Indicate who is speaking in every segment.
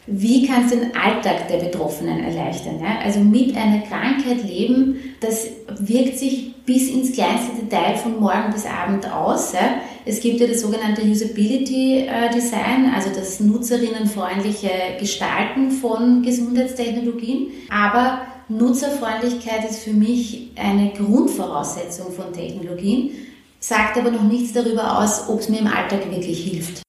Speaker 1: wie kann es den Alltag der Betroffenen erleichtern? Ja? Also mit einer Krankheit leben, das wirkt sich bis ins kleinste Detail von morgen bis abend aus. Ja? Es gibt ja das sogenannte Usability Design, also das nutzerinnenfreundliche Gestalten von Gesundheitstechnologien. Aber Nutzerfreundlichkeit ist für mich eine Grundvoraussetzung von Technologien, sagt aber noch nichts darüber aus, ob es mir im Alltag wirklich hilft.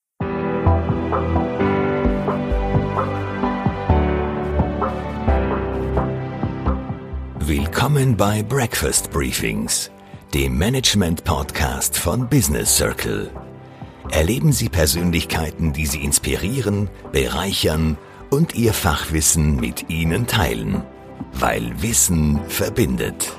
Speaker 2: Willkommen bei Breakfast Briefings, dem Management-Podcast von Business Circle. Erleben Sie Persönlichkeiten, die Sie inspirieren, bereichern und Ihr Fachwissen mit Ihnen teilen. Weil Wissen verbindet.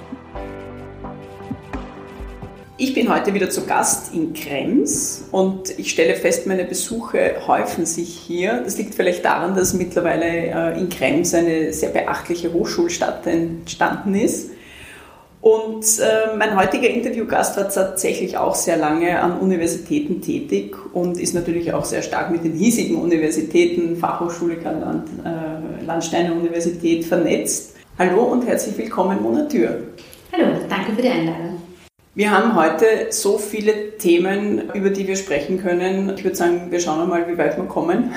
Speaker 3: Ich bin heute wieder zu Gast in Krems und ich stelle fest, meine Besuche häufen sich hier. Das liegt vielleicht daran, dass mittlerweile in Krems eine sehr beachtliche Hochschulstadt entstanden ist. Und mein heutiger Interviewgast war tatsächlich auch sehr lange an Universitäten tätig und ist natürlich auch sehr stark mit den hiesigen Universitäten, Fachhochschule Karl Landsteiner Universität vernetzt. Hallo und herzlich willkommen, Mona Thür.
Speaker 1: Hallo, danke für die Einladung.
Speaker 3: Wir haben heute so viele Themen, über die wir sprechen können. Ich würde sagen, wir schauen mal, wie weit wir kommen.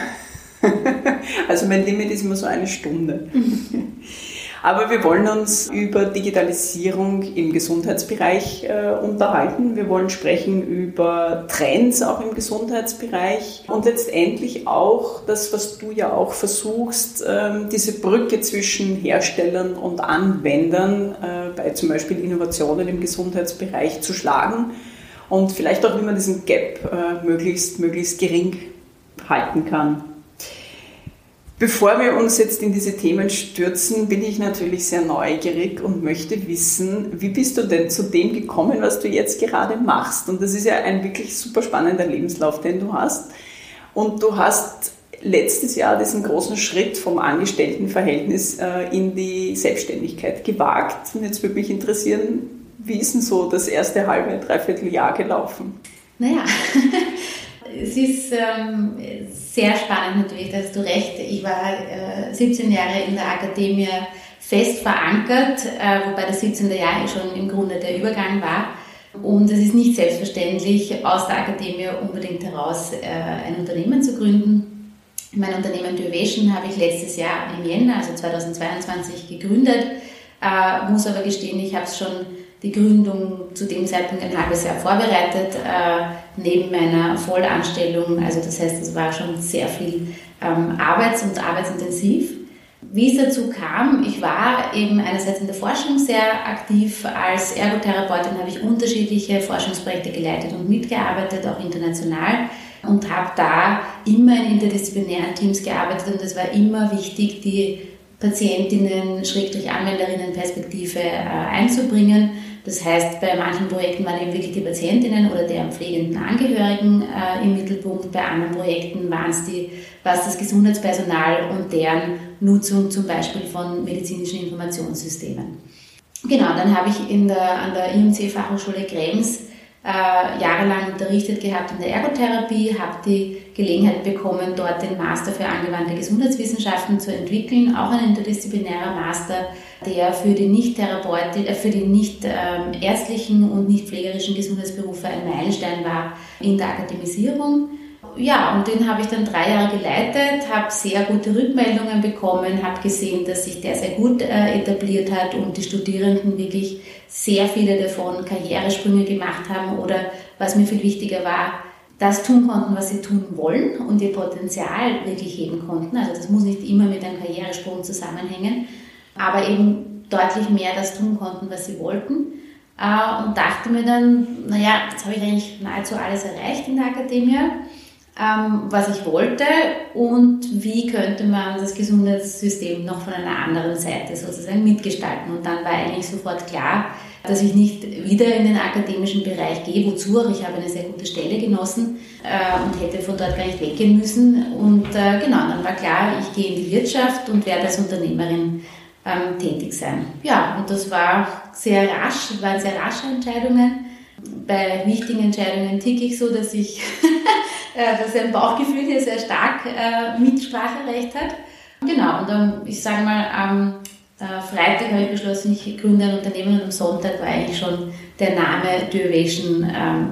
Speaker 3: Also mein Limit ist immer so 1 Stunde. Aber wir wollen uns über Digitalisierung im Gesundheitsbereich unterhalten. Wir wollen sprechen über Trends auch im Gesundheitsbereich und letztendlich auch das, was du ja auch versuchst, diese Brücke zwischen Herstellern und Anwendern bei zum Beispiel Innovationen im Gesundheitsbereich zu schlagen und vielleicht auch, wie man diesen Gap möglichst gering halten kann. Bevor wir uns jetzt in diese Themen stürzen, bin ich natürlich sehr neugierig und möchte wissen, wie bist du denn zu dem gekommen, was du jetzt gerade machst? Und das ist ja ein wirklich super spannender Lebenslauf, den du hast. Und du hast letztes Jahr diesen großen Schritt vom Angestelltenverhältnis in die Selbstständigkeit gewagt. Und jetzt würde mich interessieren, wie ist denn so das erste halbe, dreiviertel Jahr gelaufen?
Speaker 1: Naja, es ist sehr spannend natürlich, da hast du recht. Ich war 17 Jahre in der Akademie fest verankert, wobei das 17. Jahr schon im Grunde der Übergang war. Und es ist nicht selbstverständlich, aus der Akademie unbedingt heraus ein Unternehmen zu gründen. Mein Unternehmen Duovation habe ich letztes Jahr im Jänner, also 2022, gegründet. Muss aber gestehen, ich habe schon die Gründung zu dem Zeitpunkt ein halbes Jahr vorbereitet, neben meiner Vollanstellung. Also das heißt, es war schon sehr viel arbeitsintensiv. Wie es dazu kam, ich war eben einerseits in der Forschung sehr aktiv. Als Ergotherapeutin habe ich unterschiedliche Forschungsprojekte geleitet und mitgearbeitet, auch international. Und habe da immer in interdisziplinären Teams gearbeitet und es war immer wichtig, die Patientinnen-Anwenderinnen-Perspektive einzubringen. Das heißt, bei manchen Projekten waren eben wirklich die Patientinnen oder deren pflegenden Angehörigen im Mittelpunkt. Bei anderen Projekten war es das Gesundheitspersonal und deren Nutzung zum Beispiel von medizinischen Informationssystemen. Genau, dann habe ich an der IMC-Fachhochschule Krems jahrelang unterrichtet gehabt in der Ergotherapie, habe die Gelegenheit bekommen, dort den Master für angewandte Gesundheitswissenschaften zu entwickeln, auch ein interdisziplinärer Master, der für die nicht ärztlichen und nicht pflegerischen Gesundheitsberufe ein Meilenstein war in der Akademisierung. Ja, und den habe ich dann 3 Jahre geleitet, habe sehr gute Rückmeldungen bekommen, habe gesehen, dass sich der sehr gut etabliert hat und die Studierenden wirklich sehr viele davon Karrieresprünge gemacht haben oder, was mir viel wichtiger war, das tun konnten, was sie tun wollen und ihr Potenzial wirklich heben konnten. Also das muss nicht immer mit einem Karrieresprung zusammenhängen, aber eben deutlich mehr das tun konnten, was sie wollten. Und dachte mir dann, naja, jetzt habe ich eigentlich nahezu alles erreicht in der Akademie, was ich wollte und wie könnte man das Gesundheitssystem noch von einer anderen Seite sozusagen mitgestalten. Und dann war eigentlich sofort klar, dass ich nicht wieder in den akademischen Bereich gehe, wozu auch, ich habe eine sehr gute Stelle genossen und hätte von dort gar nicht weggehen müssen. Und genau, dann war klar, ich gehe in die Wirtschaft und werde als Unternehmerin tätig sein. Ja, und das war sehr rasch, waren sehr rasche Entscheidungen. Bei wichtigen Entscheidungen ticke ich so, dass ich dass sein Bauchgefühl hier sehr stark Mitspracherecht hat. Genau, und ich sage mal, am Freitag habe ich beschlossen, ich gründe ein Unternehmen, und am Sonntag war eigentlich schon der Name Duovation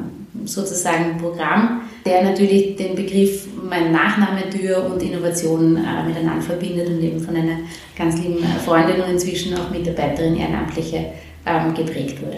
Speaker 1: sozusagen Programm, der natürlich den Begriff mein Nachname Dürr und Innovation miteinander verbindet und eben von einer ganz lieben Freundin und inzwischen auch Mitarbeiterin, Ehrenamtliche, geprägt wurde.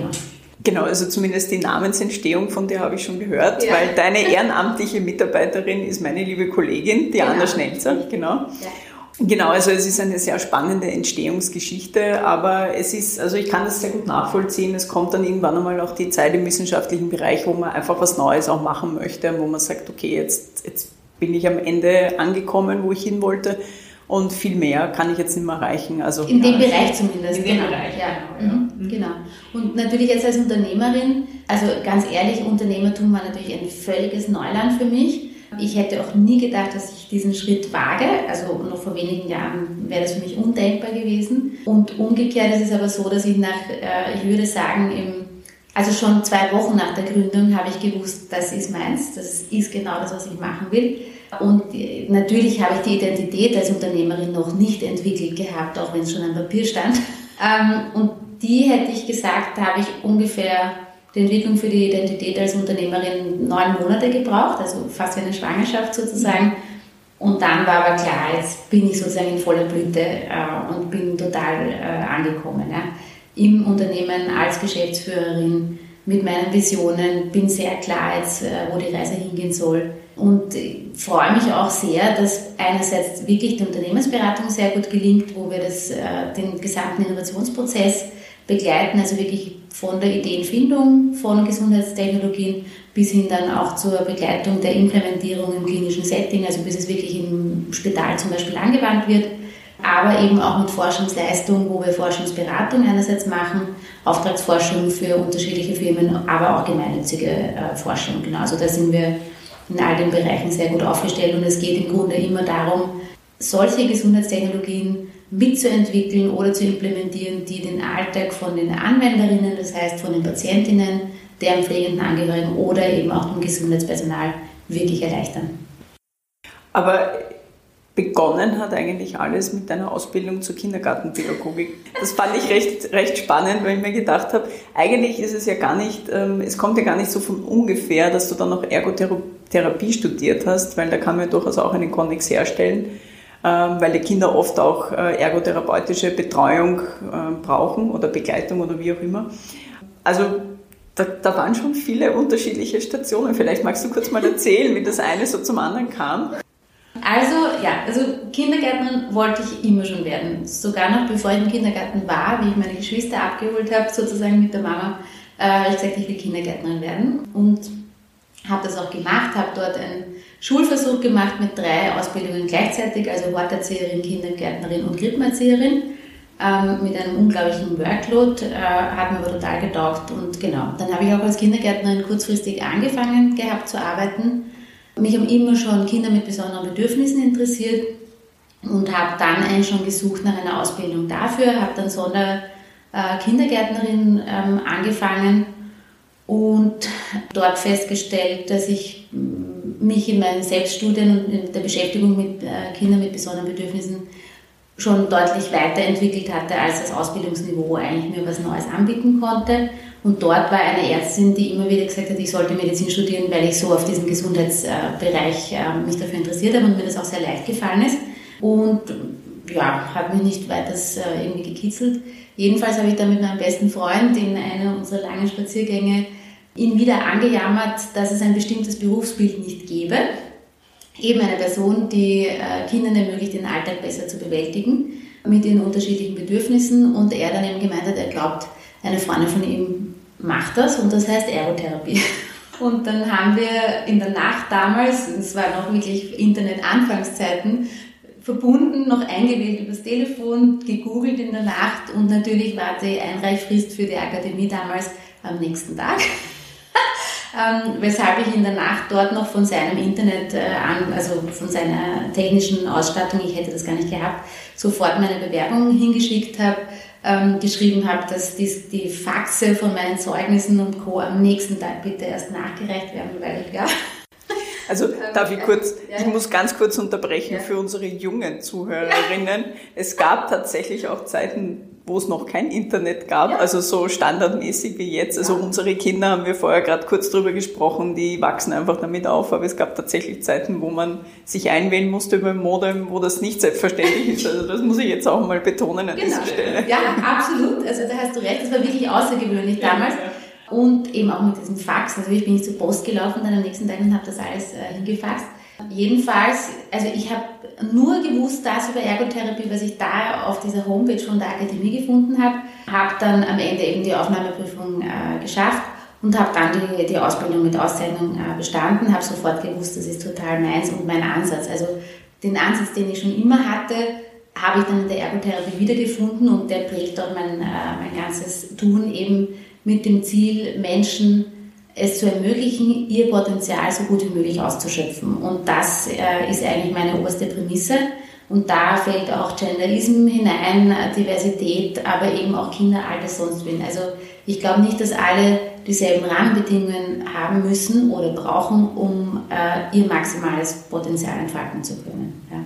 Speaker 3: Genau, also zumindest die Namensentstehung von dir habe ich schon gehört, weil deine ehrenamtliche Mitarbeiterin ist meine liebe Kollegin, die Anna Schnelzer, genau. Ja. Genau, also es ist eine sehr spannende Entstehungsgeschichte, aber es ist, also ich kann das sehr gut nachvollziehen, es kommt dann irgendwann einmal auch die Zeit im wissenschaftlichen Bereich, wo man einfach was Neues auch machen möchte, wo man sagt, okay, jetzt bin ich am Ende angekommen, wo ich hin wollte und viel mehr kann ich jetzt nicht mehr erreichen. Also,
Speaker 1: in dem Bereich zumindest.
Speaker 3: In dem Bereich,
Speaker 1: genau. Und natürlich jetzt als Unternehmerin, also ganz ehrlich, Unternehmertum war natürlich ein völliges Neuland für mich. Ich hätte auch nie gedacht, dass ich diesen Schritt wage. Also noch vor wenigen Jahren wäre das für mich undenkbar gewesen. Und umgekehrt ist es aber so, dass ich ich würde sagen, also schon 2 Wochen nach der Gründung habe ich gewusst, das ist meins, das ist genau das, was ich machen will. Und natürlich habe ich die Identität als Unternehmerin noch nicht entwickelt gehabt, auch wenn es schon am Papier stand. Und die, hätte ich gesagt, habe ich ungefähr die Entwicklung für die Identität als Unternehmerin 9 Monate gebraucht, also fast wie eine Schwangerschaft sozusagen. Und dann war aber klar, jetzt bin ich sozusagen in voller Blüte und bin total angekommen. Ja. Im Unternehmen als Geschäftsführerin mit meinen Visionen, bin sehr klar jetzt, wo die Reise hingehen soll. Und freue mich auch sehr, dass einerseits wirklich die Unternehmensberatung sehr gut gelingt, wo wir den gesamten Innovationsprozess begleiten, also wirklich von der Ideenfindung von Gesundheitstechnologien bis hin dann auch zur Begleitung der Implementierung im klinischen Setting, also bis es wirklich im Spital zum Beispiel angewandt wird, aber eben auch mit Forschungsleistung, wo wir Forschungsberatung einerseits machen, Auftragsforschung für unterschiedliche Firmen, aber auch gemeinnützige Forschung. Genau, also da sind wir in all den Bereichen sehr gut aufgestellt und es geht im Grunde immer darum, solche Gesundheitstechnologien mitzuentwickeln oder zu implementieren, die den Alltag von den Anwenderinnen, das heißt von den Patientinnen, deren pflegenden Angehörigen oder eben auch dem Gesundheitspersonal wirklich erleichtern.
Speaker 3: Aber begonnen hat eigentlich alles mit deiner Ausbildung zur Kindergartenpädagogik. Das fand ich recht spannend, weil ich mir gedacht habe, eigentlich ist es ja gar nicht, es kommt ja gar nicht so von ungefähr, dass du dann noch Ergotherapie studiert hast, weil da kann man ja durchaus auch einen Konnex herstellen, weil die Kinder oft auch ergotherapeutische Betreuung brauchen oder Begleitung oder wie auch immer. Also da waren schon viele unterschiedliche Stationen. Vielleicht magst du kurz mal erzählen, wie das eine so zum anderen kam.
Speaker 1: Also Kindergärtnerin wollte ich immer schon werden. Sogar noch bevor ich im Kindergarten war, wie ich meine Geschwister abgeholt habe, sozusagen mit der Mama, habe ich gesagt, ich will Kindergärtnerin werden. Und habe das auch gemacht, habe dort einen Schulversuch gemacht mit 3 Ausbildungen gleichzeitig, also Horterzieherin, Kindergärtnerin und Krippenerzieherin, mit einem unglaublichen Workload, hat mir aber total getaugt. Und genau, dann habe ich auch als Kindergärtnerin kurzfristig angefangen gehabt zu arbeiten. Mich haben immer schon Kinder mit besonderen Bedürfnissen interessiert und habe dann eigentlich schon gesucht nach einer Ausbildung dafür, habe dann Kindergärtnerin angefangen und dort festgestellt, dass ich mich in meinen Selbststudien und in der Beschäftigung mit Kindern mit besonderen Bedürfnissen schon deutlich weiterentwickelt hatte, als das Ausbildungsniveau eigentlich mir was Neues anbieten konnte. Und dort war eine Ärztin, die immer wieder gesagt hat, ich sollte Medizin studieren, weil ich so auf diesen Gesundheitsbereich mich dafür interessiert habe und mir das auch sehr leicht gefallen ist. Und ja, hat mich nicht weiter irgendwie gekitzelt. Jedenfalls habe ich dann mit meinem besten Freund in einer unserer langen Spaziergänge ihn wieder angejammert, dass es ein bestimmtes Berufsbild nicht gäbe. Eben eine Person, die Kindern ermöglicht, den Alltag besser zu bewältigen, mit ihren unterschiedlichen Bedürfnissen. Und er dann eben gemeint hat, er glaubt, eine Freundin von ihm macht das und das heißt Ergotherapie. Und dann haben wir in der Nacht damals, es war noch wirklich Internet-Anfangszeiten, verbunden, noch eingewählt übers Telefon, gegoogelt in der Nacht und natürlich war die Einreichfrist für die Akademie damals am nächsten Tag. Weshalb ich in der Nacht dort noch von seinem Internet, also von seiner technischen Ausstattung, ich hätte das gar nicht gehabt, sofort meine Bewerbung hingeschickt habe, geschrieben habe, dass die Faxe von meinen Zeugnissen und Co. am nächsten Tag bitte erst nachgereicht werden, weil ja.
Speaker 3: Also darf ich kurz, ich muss ganz kurz unterbrechen für unsere jungen Zuhörerinnen. Es gab tatsächlich auch Zeiten, wo es noch kein Internet gab, also so standardmäßig wie jetzt. Also unsere Kinder, haben wir vorher gerade kurz drüber gesprochen, die wachsen einfach damit auf, aber es gab tatsächlich Zeiten, wo man sich einwählen musste über ein Modem, wo das nicht selbstverständlich ist. Also das muss ich jetzt auch mal betonen an dieser Stelle.
Speaker 1: Ja, absolut. Also da hast du recht, das war wirklich außergewöhnlich damals. Und eben auch mit diesem Fax. Also ich bin nicht zur Post gelaufen dann am nächsten Tag und habe das alles hingefaxt. Jedenfalls, also ich habe nur gewusst, das über Ergotherapie, was ich da auf dieser Homepage von der Akademie gefunden habe. Habe dann am Ende eben die Aufnahmeprüfung geschafft und habe dann die Ausbildung mit Auszeichnung bestanden. Habe sofort gewusst, das ist total meins und mein Ansatz. Also den Ansatz, den ich schon immer hatte, habe ich dann in der Ergotherapie wiedergefunden und der prägt auch mein ganzes Tun eben mit dem Ziel, Menschen es zu ermöglichen, ihr Potenzial so gut wie möglich auszuschöpfen. Und das ist eigentlich meine oberste Prämisse. Und da fällt auch Genderism hinein, Diversität, aber eben auch Kinderalter, sonst wen. Also ich glaube nicht, dass alle dieselben Rahmenbedingungen haben müssen oder brauchen, um ihr maximales Potenzial entfalten zu können. Ja.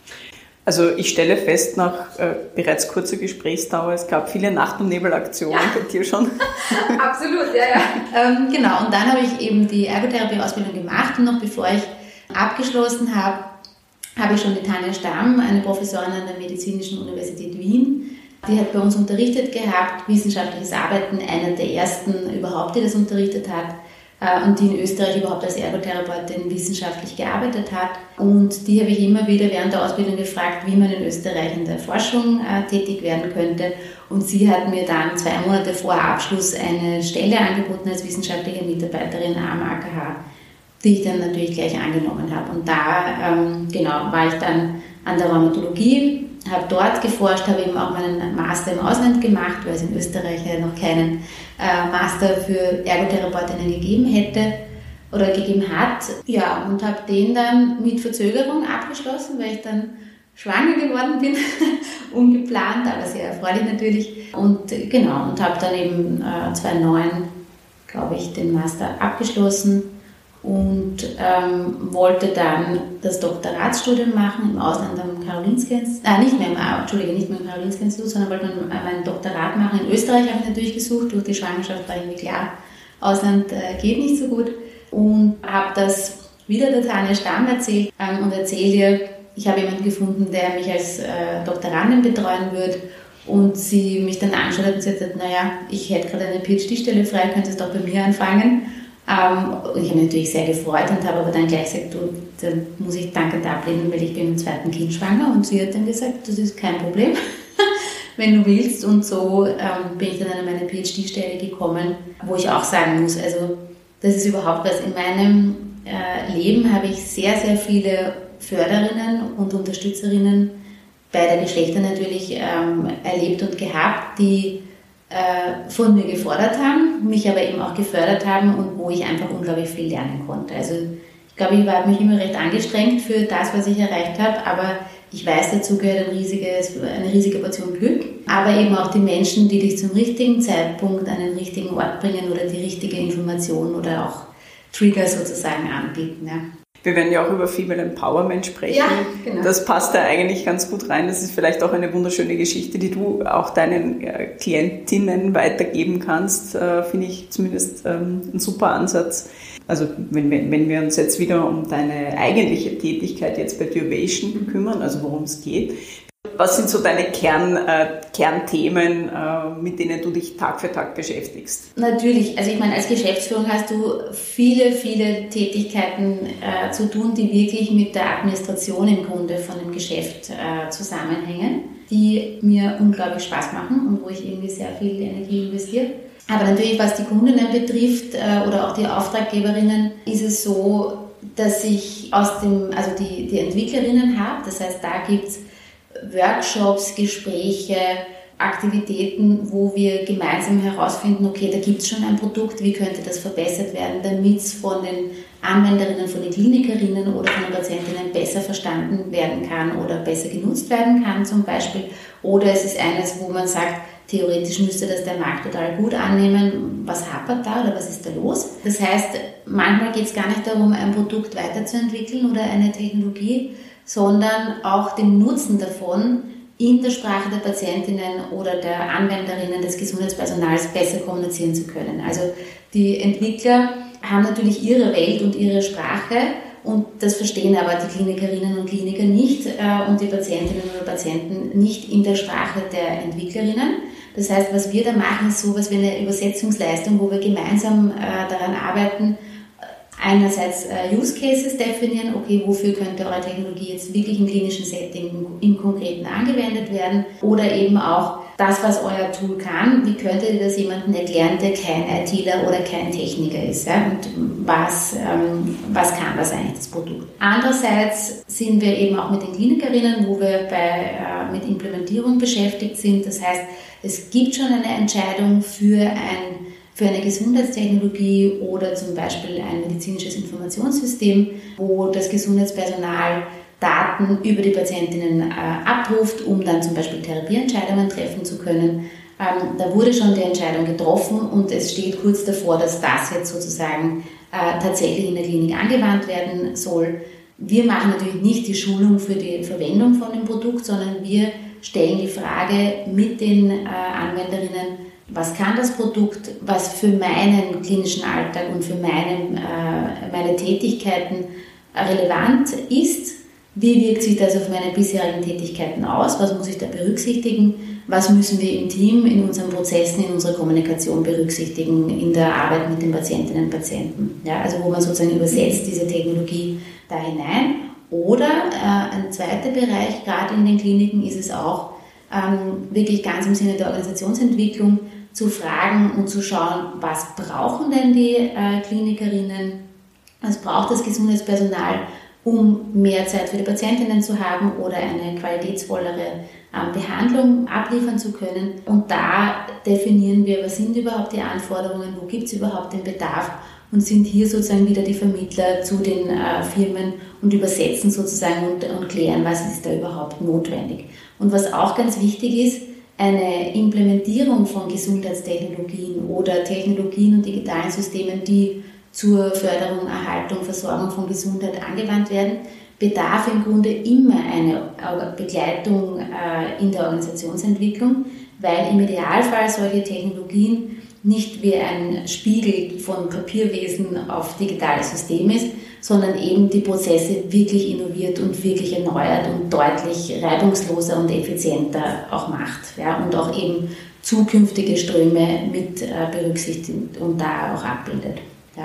Speaker 3: Also ich stelle fest, nach bereits kurzer Gesprächsdauer, es gab viele Nacht- und Nebelaktionen bei dir schon.
Speaker 1: Absolut, ja. Genau, und dann habe ich eben die Ergotherapie-Ausbildung gemacht und noch bevor ich abgeschlossen habe, habe ich schon die Tanja Stamm, eine Professorin an der Medizinischen Universität Wien, die hat bei uns unterrichtet gehabt, wissenschaftliches Arbeiten, einer der ersten überhaupt, die das unterrichtet hat. Und die in Österreich überhaupt als Ergotherapeutin wissenschaftlich gearbeitet hat. Und die habe ich immer wieder während der Ausbildung gefragt, wie man in Österreich in der Forschung tätig werden könnte. Und sie hat mir dann 2 Monate vor Abschluss eine Stelle angeboten als wissenschaftliche Mitarbeiterin am AKH, die ich dann natürlich gleich angenommen habe. Und da war ich dann an der Rheumatologie, habe dort geforscht, habe eben auch meinen Master im Ausland gemacht, weil es in Österreich ja noch keinen Master für Ergotherapeutinnen gegeben hat. Ja, und habe den dann mit Verzögerung abgeschlossen, weil ich dann schwanger geworden bin, ungeplant, aber sehr erfreulich natürlich. Und habe dann eben 2009, glaube ich, den Master abgeschlossen und wollte dann das Doktoratsstudium machen im Ausland am Karolinska-Institut, nicht mehr im Karolinska-Institut, sondern wollte mein Doktorat machen. In Österreich habe ich natürlich gesucht, durch die Schwangerschaft war irgendwie klar, Ausland geht nicht so gut und habe das wieder der Tanja Stamm erzählt und erzähle ihr, ich habe jemanden gefunden, der mich als Doktorandin betreuen wird und sie mich dann angeschaut hat und gesagt hat, naja, ich hätte gerade eine PhD-Stelle frei, könntest doch bei mir anfangen. Und ich habe mich natürlich sehr gefreut und habe aber dann gleich gesagt, dann muss ich dankend ablehnen, weil ich bin im 2. Kind schwanger. Und sie hat dann gesagt, das ist kein Problem, wenn du willst. Und so bin ich dann an meine PhD-Stelle gekommen, wo ich auch sagen muss, also das ist überhaupt was. In meinem Leben habe ich sehr, sehr viele Förderinnen und Unterstützerinnen beider Geschlechter natürlich erlebt und gehabt, die von mir gefordert haben, mich aber eben auch gefördert haben und wo ich einfach unglaublich viel lernen konnte. Also ich glaube, ich habe mich immer recht angestrengt für das, was ich erreicht habe, aber ich weiß, dazu gehört eine riesige Portion Glück, aber eben auch die Menschen, die dich zum richtigen Zeitpunkt an den richtigen Ort bringen oder die richtige Information oder auch Trigger sozusagen anbieten. Ja.
Speaker 3: Wir werden ja auch über Female Empowerment sprechen.
Speaker 1: Ja, genau.
Speaker 3: Das passt da eigentlich ganz gut rein. Das ist vielleicht auch eine wunderschöne Geschichte, die du auch deinen Klientinnen weitergeben kannst. Finde ich zumindest ein super Ansatz. Also wenn wir uns jetzt wieder um deine eigentliche Tätigkeit jetzt bei Duovation kümmern, also worum es geht. Was sind so deine Kernthemen, mit denen du dich Tag für Tag beschäftigst?
Speaker 1: Natürlich, also ich meine, als Geschäftsführung hast du viele, viele Tätigkeiten zu tun, die wirklich mit der Administration im Grunde von dem Geschäft zusammenhängen, die mir unglaublich Spaß machen und wo ich irgendwie sehr viel Energie investiere. Aber natürlich, was die Kundinnen betrifft oder auch die Auftraggeberinnen, ist es so, dass ich die Entwicklerinnen habe. Das heißt, da gibt es Workshops, Gespräche, Aktivitäten, wo wir gemeinsam herausfinden, okay, da gibt es schon ein Produkt, wie könnte das verbessert werden, damit es von den Anwenderinnen, von den Klinikerinnen oder von den Patientinnen besser verstanden werden kann oder besser genutzt werden kann zum Beispiel. Oder es ist eines, wo man sagt, Theoretisch müsste das der Markt total gut annehmen. Was hapert da oder was ist da los? Das heißt, manchmal geht es gar nicht darum, ein Produkt weiterzuentwickeln oder eine Technologie, sondern auch den Nutzen davon in der Sprache der Patientinnen oder der Anwenderinnen des Gesundheitspersonals besser kommunizieren zu können. Also die Entwickler haben natürlich ihre Welt und ihre Sprache und das verstehen aber die Klinikerinnen und Kliniker nicht und die Patientinnen oder Patienten nicht in der Sprache der Entwicklerinnen. Das heißt, was wir da machen, ist sowas wie eine Übersetzungsleistung, wo wir gemeinsam daran arbeiten, einerseits Use Cases definieren, okay, wofür könnte eure Technologie jetzt wirklich im klinischen Setting im Konkreten angewendet werden, oder eben auch das, was euer Tool kann, wie könntet ihr das jemandem erklären, der kein ITler oder kein Techniker ist, ja? Und was kann das eigentlich, das Produkt. Andererseits sind wir eben auch mit den Klinikerinnen, wo wir mit Implementierung beschäftigt sind, das heißt, es gibt schon eine Entscheidung für eine Gesundheitstechnologie oder zum Beispiel ein medizinisches Informationssystem, wo das Gesundheitspersonal Daten über die Patientinnen abruft, um dann zum Beispiel Therapieentscheidungen treffen zu können. Da wurde schon die Entscheidung getroffen und es steht kurz davor, dass das jetzt sozusagen tatsächlich in der Klinik angewandt werden soll. Wir machen natürlich nicht die Schulung für die Verwendung von dem Produkt, sondern wir stellen die Frage mit den Anwenderinnen, was kann das Produkt, was für meinen klinischen Alltag und für meine Tätigkeiten relevant ist, wie wirkt sich das auf meine bisherigen Tätigkeiten aus, was muss ich da berücksichtigen, was müssen wir im Team, in unseren Prozessen, in unserer Kommunikation berücksichtigen, in der Arbeit mit den Patientinnen und Patienten. Ja, also wo man sozusagen übersetzt diese Technologie da hinein. Oder ein zweiter Bereich, gerade in den Kliniken, ist es auch wirklich ganz im Sinne der Organisationsentwicklung, zu fragen und zu schauen, was brauchen denn die Klinikerinnen, was braucht das Gesundheitspersonal, um mehr Zeit für die Patientinnen zu haben oder eine qualitätsvollere Behandlung abliefern zu können. Und da definieren wir, was sind überhaupt die Anforderungen, wo gibt es überhaupt den Bedarf und sind hier sozusagen wieder die Vermittler zu den Firmen und übersetzen sozusagen und klären, was ist da überhaupt notwendig. Und was auch ganz wichtig ist, eine Implementierung von Gesundheitstechnologien oder Technologien und digitalen Systemen, die zur Förderung, Erhaltung, Versorgung von Gesundheit angewandt werden, bedarf im Grunde immer eine Begleitung in der Organisationsentwicklung, weil im Idealfall solche Technologien nicht wie ein Spiegel von Papierwesen auf digitales System ist, sondern eben die Prozesse wirklich innoviert und wirklich erneuert und deutlich reibungsloser und effizienter auch macht, ja, und auch eben zukünftige Ströme mit berücksichtigt und da auch abbildet. Ja.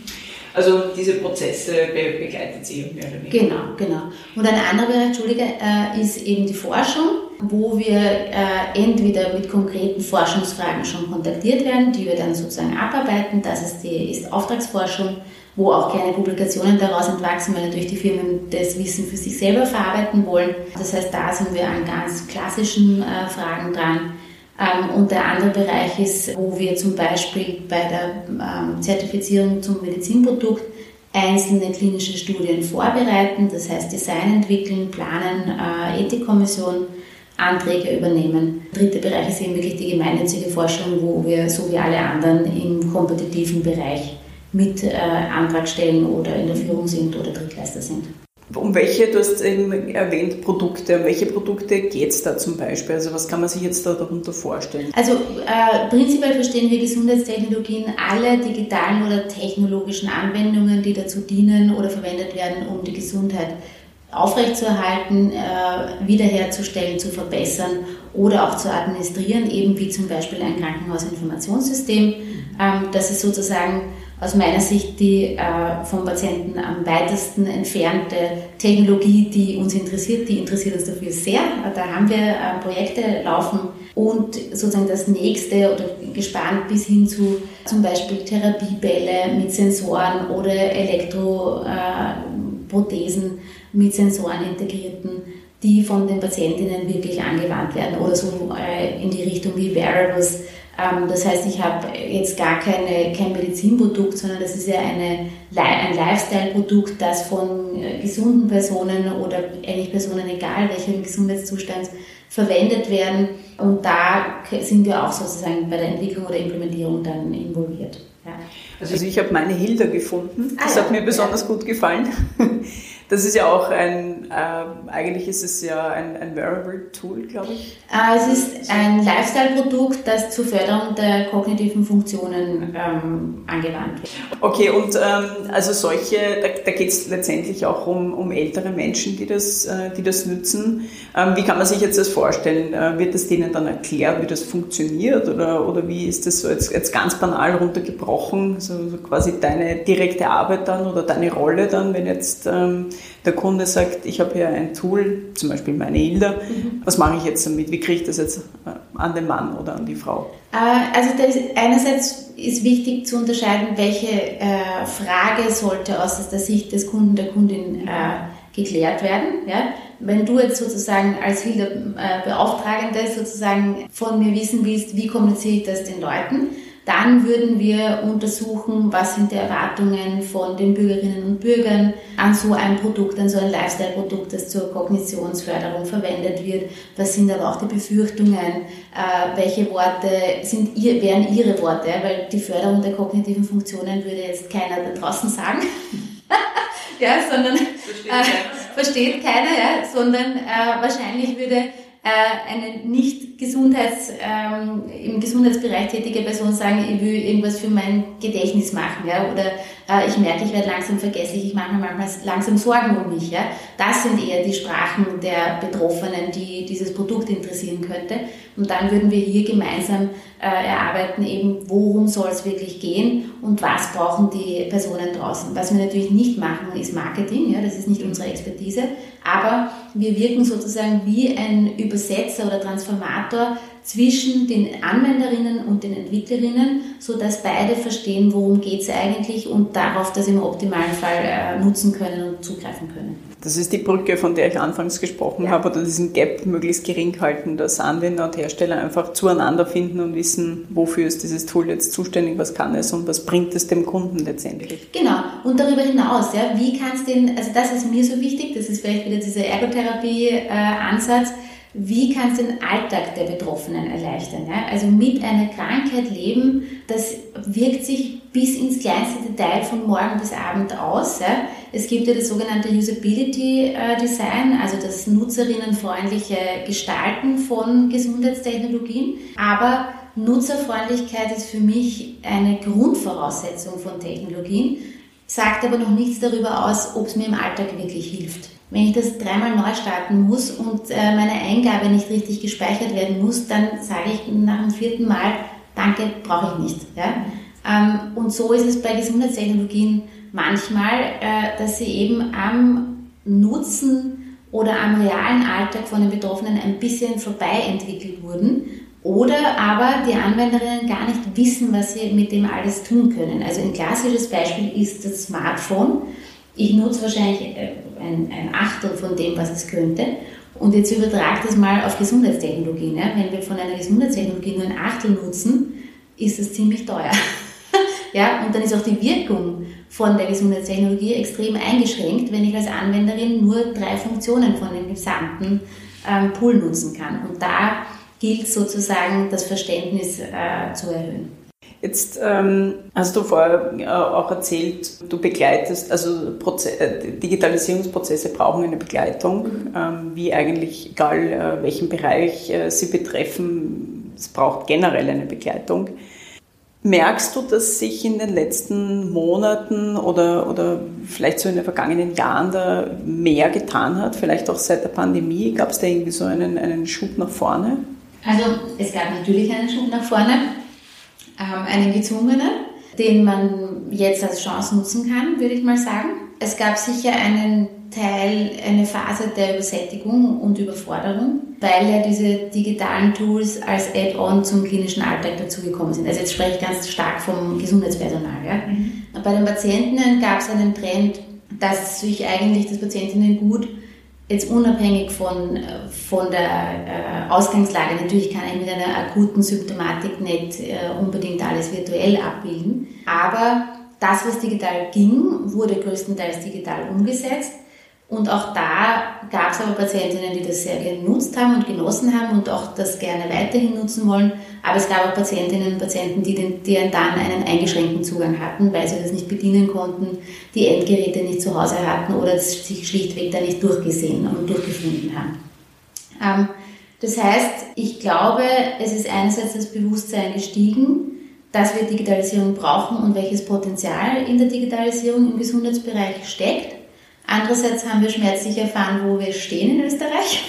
Speaker 3: Also diese Prozesse begleitet sie mehr oder weniger.
Speaker 1: Genau. Und ein anderer Bereich, ist eben die Forschung, wo wir entweder mit konkreten Forschungsfragen schon kontaktiert werden, die wir dann sozusagen abarbeiten. Das ist Auftragsforschung, wo auch keine Publikationen daraus entwachsen, weil natürlich die Firmen das Wissen für sich selber verarbeiten wollen. Das heißt, da sind wir an ganz klassischen Fragen dran. Und der andere Bereich ist, wo wir zum Beispiel bei der Zertifizierung zum Medizinprodukt einzelne klinische Studien vorbereiten, das heißt Design entwickeln, planen, Ethikkommission, Anträge übernehmen. Der dritte Bereich ist eben wirklich die gemeinnützige Forschung, wo wir so wie alle anderen im kompetitiven Bereich mit Antrag stellen oder in der Führung sind oder Drittleister sind.
Speaker 3: Du hast eben erwähnt Produkte. Um welche Produkte geht es da zum Beispiel? Also was kann man sich jetzt da darunter vorstellen?
Speaker 1: Also prinzipiell verstehen wir Gesundheitstechnologien alle digitalen oder technologischen Anwendungen, die dazu dienen oder verwendet werden, um die Gesundheit aufrechtzuerhalten, wiederherzustellen, zu verbessern oder auch zu administrieren, eben wie zum Beispiel ein Krankenhausinformationssystem. Das ist sozusagen aus meiner Sicht die vom Patienten am weitesten entfernte Technologie, die uns interessiert. Die interessiert uns dafür sehr. Da haben wir Projekte laufen und sozusagen das nächste oder gespannt bis hin zu zum Beispiel Therapiebälle mit Sensoren oder Elektroprothesen mit Sensoren integrierten, die von den Patientinnen wirklich angewandt werden oder so in die Richtung wie Wearables, Das heißt, ich habe jetzt gar kein Medizinprodukt, sondern das ist ja ein Lifestyle-Produkt, das von gesunden Personen oder eigentlich Personen, egal welchen Gesundheitszustand, verwendet werden. Und da sind wir auch sozusagen bei der Entwicklung oder Implementierung dann involviert. Ja.
Speaker 3: Also ich habe meine Hilda gefunden. Das hat mir besonders gut gefallen. Das ist ja auch eigentlich ist es ja ein Wearable-Tool, glaube ich. Es
Speaker 1: ist ein Lifestyle-Produkt, das zur Förderung der kognitiven Funktionen angewandt wird.
Speaker 3: Okay, und also solche, da geht es letztendlich auch um ältere Menschen, die das nutzen. Wie kann man sich jetzt das vorstellen? Wird das denen dann erklärt, wie das funktioniert? Oder wie ist das so jetzt ganz banal runtergebrochen? So quasi deine direkte Arbeit dann oder deine Rolle dann, wenn jetzt der Kunde sagt, ich habe hier ein Tool, zum Beispiel meine Hilda, was mache ich jetzt damit? Wie kriege ich das jetzt an den Mann oder an die Frau?
Speaker 1: Also einerseits ist wichtig zu unterscheiden, welche Frage sollte aus der Sicht des Kunden, der Kundin geklärt werden. Ja? Wenn du jetzt sozusagen als Hilda-Beauftragende sozusagen von mir wissen willst, wie kommuniziere ich das den Leuten, dann würden wir untersuchen, was sind die Erwartungen von den Bürgerinnen und Bürgern an so ein Produkt, an so ein Lifestyle-Produkt, das zur Kognitionsförderung verwendet wird. Was sind aber auch die Befürchtungen? Welche Worte wären ihre Worte? Weil die Förderung der kognitiven Funktionen würde jetzt keiner da draußen sagen. Ja, sondern versteht keiner, ja, sondern wahrscheinlich würde eine nicht im Gesundheitsbereich tätige Person sagen, ich will irgendwas für mein Gedächtnis machen, ja, oder ich merke, ich werde langsam vergesslich, ich mache mir manchmal langsam Sorgen um mich, ja. Das sind eher die Sprachen der Betroffenen, die dieses Produkt interessieren könnte. Und dann würden wir hier gemeinsam erarbeiten, eben worum soll es wirklich gehen und was brauchen die Personen draußen. Was wir natürlich nicht machen, ist Marketing, ja, das ist nicht unsere Expertise, aber wir wirken sozusagen wie ein Übersetzer oder Transformator zwischen den Anwenderinnen und den Entwicklerinnen, sodass beide verstehen, worum geht es eigentlich und darauf das im optimalen Fall nutzen können und zugreifen können.
Speaker 3: Das ist die Brücke, von der ich anfangs gesprochen habe, oder diesen Gap möglichst gering halten, dass Anwender und Hersteller einfach zueinander finden und wissen, wofür ist dieses Tool jetzt zuständig, was kann es und was bringt es dem Kunden letztendlich.
Speaker 1: Genau, und darüber hinaus, ja, wie kann es denn, also das ist mir so wichtig, das ist vielleicht wieder dieser Ergotherapie-Ansatz, wie kann es den Alltag der Betroffenen erleichtern? Ja? Also mit einer Krankheit leben, das wirkt sich bis ins kleinste Detail von morgen bis abend aus. Ja? Es gibt ja das sogenannte Usability Design, also das nutzerinnenfreundliche Gestalten von Gesundheitstechnologien. Aber Nutzerfreundlichkeit ist für mich eine Grundvoraussetzung von Technologien, sagt aber noch nichts darüber aus, ob es mir im Alltag wirklich hilft. Wenn ich das 3-mal neu starten muss und meine Eingabe nicht richtig gespeichert werden muss, dann sage ich nach dem 4. Mal, danke, brauche ich nicht. Ja? Und so ist es bei Gesundheitstechnologien manchmal, dass sie eben am Nutzen oder am realen Alltag von den Betroffenen ein bisschen vorbei entwickelt wurden. Oder aber die Anwenderinnen gar nicht wissen, was sie mit dem alles tun können. Also ein klassisches Beispiel ist das Smartphone. Ich nutze wahrscheinlich ein Achtel von dem, was es könnte. Und jetzt übertrage das mal auf Gesundheitstechnologien. Ja? Wenn wir von einer Gesundheitstechnologie nur ein Achtel nutzen, ist das ziemlich teuer. Ja? Und dann ist auch die Wirkung von der Gesundheitstechnologie extrem eingeschränkt, wenn ich als Anwenderin nur 3 Funktionen von dem gesamten Pool nutzen kann. Und da gilt sozusagen das Verständnis zu erhöhen.
Speaker 3: Jetzt hast du vorher auch erzählt, du begleitest, also Digitalisierungsprozesse brauchen eine Begleitung, wie eigentlich, egal welchen Bereich sie betreffen, es braucht generell eine Begleitung. Merkst du, dass sich in den letzten Monaten oder vielleicht so in den vergangenen Jahren da mehr getan hat, vielleicht auch seit der Pandemie? Gab es da irgendwie so einen Schub nach vorne?
Speaker 1: Also es gab natürlich einen Schub nach vorne. Einen gezwungenen, den man jetzt als Chance nutzen kann, würde ich mal sagen. Es gab sicher eine Phase der Übersättigung und Überforderung, weil ja diese digitalen Tools als Add-on zum klinischen Alltag dazugekommen sind. Also jetzt spreche ich ganz stark vom Gesundheitspersonal. Ja. Bei den Patientinnen gab es einen Trend, dass sich eigentlich das Patientinnen gut jetzt unabhängig von der Ausgangslage, natürlich kann ich mit einer akuten Symptomatik nicht unbedingt alles virtuell abbilden, aber das, was digital ging, wurde größtenteils digital umgesetzt. Und auch da gab es aber Patientinnen, die das sehr genutzt haben und genossen haben und auch das gerne weiterhin nutzen wollen. Aber es gab auch Patientinnen und Patienten, die dann einen eingeschränkten Zugang hatten, weil sie das nicht bedienen konnten, die Endgeräte nicht zu Hause hatten oder sich schlichtweg da nicht durchgesehen und durchgefunden haben. Das heißt, ich glaube, es ist einerseits das Bewusstsein gestiegen, dass wir Digitalisierung brauchen und welches Potenzial in der Digitalisierung im Gesundheitsbereich steckt. Andererseits haben wir schmerzlich erfahren, wo wir stehen in Österreich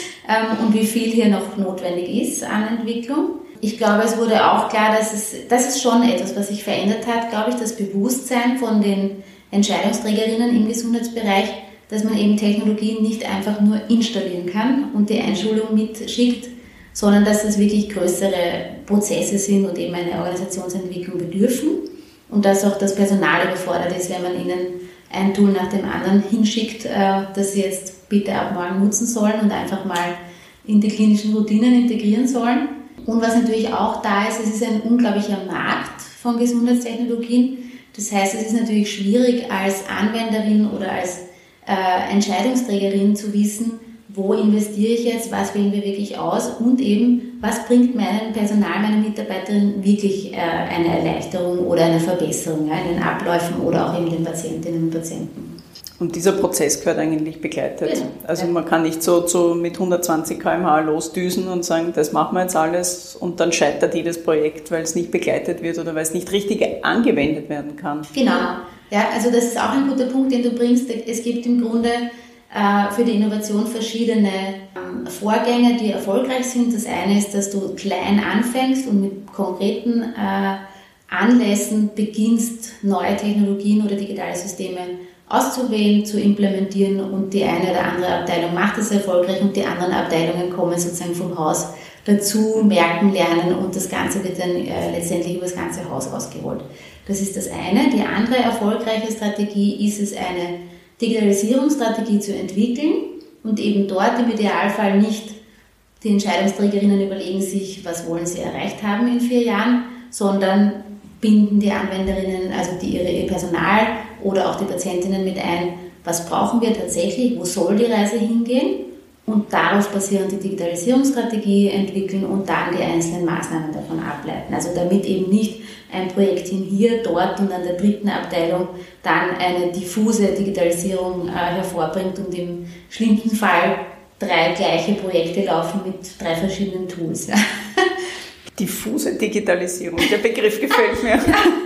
Speaker 1: und wie viel hier noch notwendig ist an Entwicklung. Ich glaube, es wurde auch klar, das ist schon etwas, was sich verändert hat, glaube ich, das Bewusstsein von den Entscheidungsträgerinnen im Gesundheitsbereich, dass man eben Technologien nicht einfach nur installieren kann und die Einschulung mitschickt, sondern dass es wirklich größere Prozesse sind und eben eine Organisationsentwicklung bedürfen und dass auch das Personal überfordert ist, wenn man ihnen ein Tool nach dem anderen hinschickt, das sie jetzt bitte ab morgen nutzen sollen und einfach mal in die klinischen Routinen integrieren sollen. Und was natürlich auch da ist, es ist ein unglaublicher Markt von Gesundheitstechnologien. Das heißt, es ist natürlich schwierig als Anwenderin oder als Entscheidungsträgerin zu wissen, wo investiere ich jetzt, was wählen wir wirklich aus und eben, was bringt meinem Personal, meiner Mitarbeiterin wirklich eine Erleichterung oder eine Verbesserung in den Abläufen oder auch eben den Patientinnen und Patienten.
Speaker 3: Und dieser Prozess gehört eigentlich begleitet. Ja. Also man kann nicht so mit 120 km/h losdüsen und sagen, das machen wir jetzt alles und dann scheitert jedes Projekt, weil es nicht begleitet wird oder weil es nicht richtig angewendet werden kann.
Speaker 1: Genau. Ja, also das ist auch ein guter Punkt, den du bringst. Es gibt im Grunde für die Innovation verschiedene Vorgänge, die erfolgreich sind. Das eine ist, dass du klein anfängst und mit konkreten Anlässen beginnst, neue Technologien oder digitale Systeme auszuwählen, zu implementieren und die eine oder andere Abteilung macht das erfolgreich und die anderen Abteilungen kommen sozusagen vom Haus dazu, merken, lernen und das Ganze wird dann letztendlich über das ganze Haus ausgerollt. Das ist das eine. Die andere erfolgreiche Strategie ist es, eine Digitalisierungsstrategie zu entwickeln und eben dort im Idealfall nicht die Entscheidungsträgerinnen überlegen sich, was wollen sie erreicht haben in 4 Jahren, sondern binden die Anwenderinnen, also ihr Personal oder auch die Patientinnen mit ein, was brauchen wir tatsächlich, wo soll die Reise hingehen und darauf basierend die Digitalisierungsstrategie entwickeln und dann die einzelnen Maßnahmen davon ableiten. Also damit eben nicht ein Projektteam hier, dort und an der dritten Abteilung dann eine diffuse Digitalisierung hervorbringt und im schlimmsten Fall 3 gleiche Projekte laufen mit 3 verschiedenen Tools.
Speaker 3: Diffuse Digitalisierung, der Begriff gefällt mir.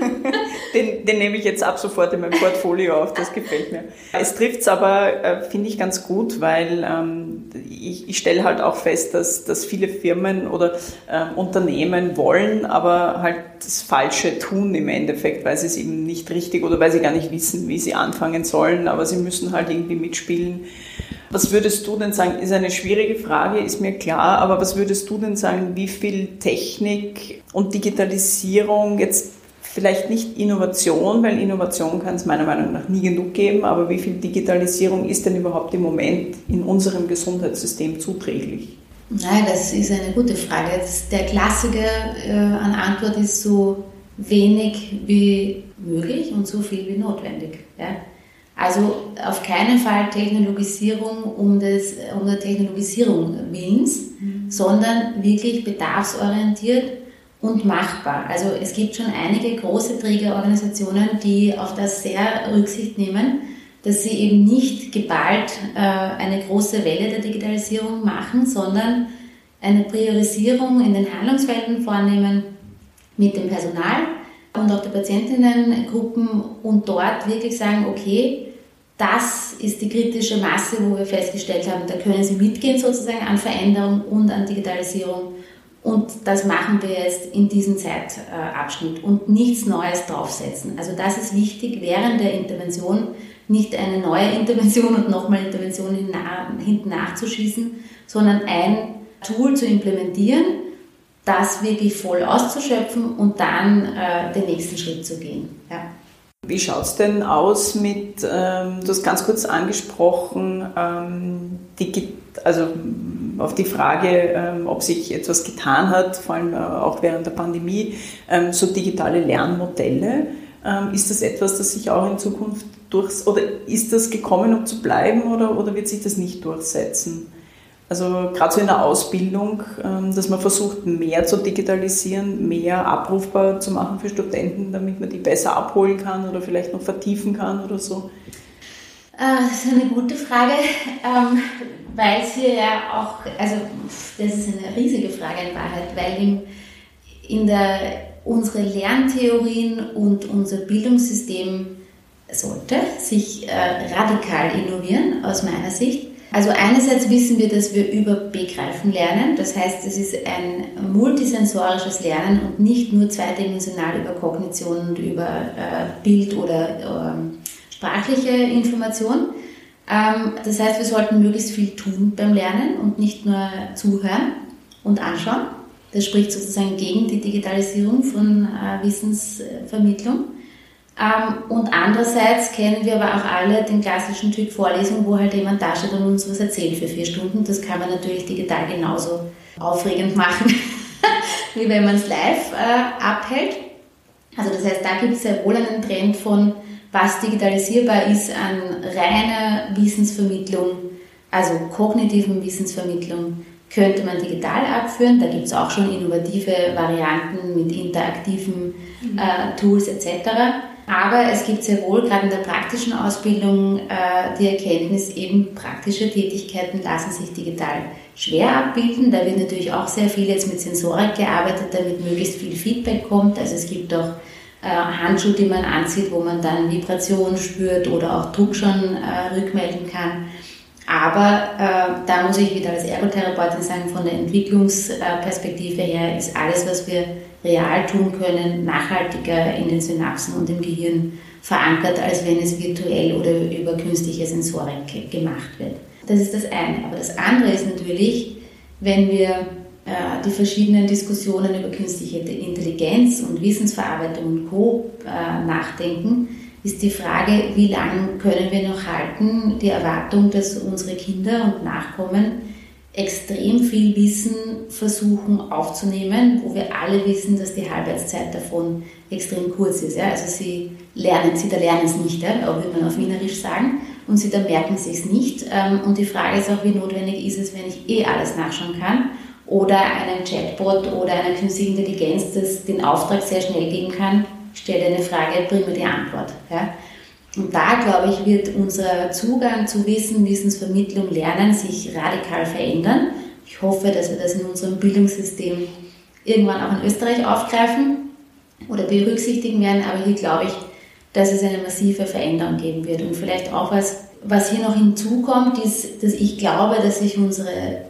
Speaker 3: Den nehme ich jetzt ab sofort in mein Portfolio auf, das gefällt mir. Es trifft es aber, finde ich, ganz gut, weil ich stelle halt auch fest, dass viele Firmen oder Unternehmen wollen, aber halt das Falsche tun im Endeffekt, weil sie es eben nicht richtig oder weil sie gar nicht wissen, wie sie anfangen sollen, aber sie müssen halt irgendwie mitspielen. Was würdest du denn sagen, ist eine schwierige Frage, ist mir klar, aber was würdest du denn sagen, wie viel Technik und Digitalisierung jetzt vielleicht nicht Innovation, weil Innovation kann es meiner Meinung nach nie genug geben, aber wie viel Digitalisierung ist denn überhaupt im Moment in unserem Gesundheitssystem zuträglich?
Speaker 1: Nein, das ist eine gute Frage. Der Klassiker an Antwort ist so wenig wie möglich und so viel wie notwendig. Ja? Also auf keinen Fall Technologisierung um der Technologisierung willens, sondern wirklich bedarfsorientiert und machbar. Also es gibt schon einige große Trägerorganisationen, die auf das sehr Rücksicht nehmen, dass sie eben nicht geballt eine große Welle der Digitalisierung machen, sondern eine Priorisierung in den Handlungsfeldern vornehmen mit dem Personal und auch der Patientinnengruppen und dort wirklich sagen, okay, das ist die kritische Masse, wo wir festgestellt haben, da können Sie mitgehen sozusagen an Veränderung und an Digitalisierung und das machen wir jetzt in diesem Zeitabschnitt und nichts Neues draufsetzen. Also das ist wichtig, während der Intervention nicht eine neue Intervention und nochmal Intervention hinten nachzuschießen, sondern ein Tool zu implementieren, das wirklich voll auszuschöpfen und dann den nächsten Schritt zu gehen. Ja.
Speaker 3: Wie schaut es denn aus mit, du hast ganz kurz angesprochen, also auf die Frage, ob sich etwas getan hat, vor allem auch während der Pandemie, so digitale Lernmodelle. Ist das etwas, das sich auch in Zukunft oder ist das gekommen, um zu bleiben oder wird sich das nicht durchsetzen? Also gerade so in der Ausbildung, dass man versucht, mehr zu digitalisieren, mehr abrufbar zu machen für Studenten, damit man die besser abholen kann oder vielleicht noch vertiefen kann oder so?
Speaker 1: Das ist eine gute Frage, weil es hier ja auch, also das ist eine riesige Frage in Wahrheit, weil unsere Lerntheorien und unser Bildungssystem sollte sich radikal innovieren, aus meiner Sicht. Also einerseits wissen wir, dass wir über Begreifen lernen, das heißt, es ist ein multisensorisches Lernen und nicht nur zweidimensional über Kognition und über Bild oder sprachliche Information. Das heißt, wir sollten möglichst viel tun beim Lernen und nicht nur zuhören und anschauen. Das spricht sozusagen gegen die Digitalisierung von Wissensvermittlung. Und andererseits kennen wir aber auch alle den klassischen Typ Vorlesung, wo halt jemand da steht und uns was erzählt für 4 Stunden. Das kann man natürlich digital genauso aufregend machen, wie wenn man es live abhält. Also das heißt, da gibt es sehr wohl einen Trend von, was digitalisierbar ist an reiner Wissensvermittlung, also kognitiven Wissensvermittlung, könnte man digital abführen. Da gibt es auch schon innovative Varianten mit interaktiven Tools etc. Aber es gibt sehr wohl, gerade in der praktischen Ausbildung, die Erkenntnis, eben praktische Tätigkeiten lassen sich digital schwer abbilden. Da wird natürlich auch sehr viel jetzt mit Sensorik gearbeitet, damit möglichst viel Feedback kommt. Also es gibt auch Handschuhe, die man anzieht, wo man dann Vibration spürt oder auch Druck schon rückmelden kann. Aber da muss ich wieder als Ergotherapeutin sagen, von der Entwicklungsperspektive her ist alles, was wir real tun können, nachhaltiger in den Synapsen und im Gehirn verankert, als wenn es virtuell oder über künstliche Sensorik gemacht wird. Das ist das eine. Aber das andere ist natürlich, wenn wir die verschiedenen Diskussionen über künstliche Intelligenz und Wissensverarbeitung und Co. nachdenken, ist die Frage, wie lange können wir noch halten, die Erwartung, dass unsere Kinder und Nachkommen extrem viel Wissen versuchen aufzunehmen, wo wir alle wissen, dass die Halbwertszeit davon extrem kurz ist. Ja? Also sie lernen es nicht, ja? Würde man auf Wienerisch sagen, und sie dann merken es sich nicht. Und die Frage ist auch, wie notwendig ist es, wenn ich alles nachschauen kann oder einem Chatbot oder einer künstlichen Intelligenz, das den Auftrag sehr schnell geben kann, stell dir eine Frage, bring mir die Antwort. Ja? Und da, glaube ich, wird unser Zugang zu Wissen, Wissensvermittlung, Lernen sich radikal verändern. Ich hoffe, dass wir das in unserem Bildungssystem irgendwann auch in Österreich aufgreifen oder berücksichtigen werden. Aber hier glaube ich, dass es eine massive Veränderung geben wird. Und vielleicht auch was hier noch hinzukommt, ist, dass ich glaube, dass sich unsere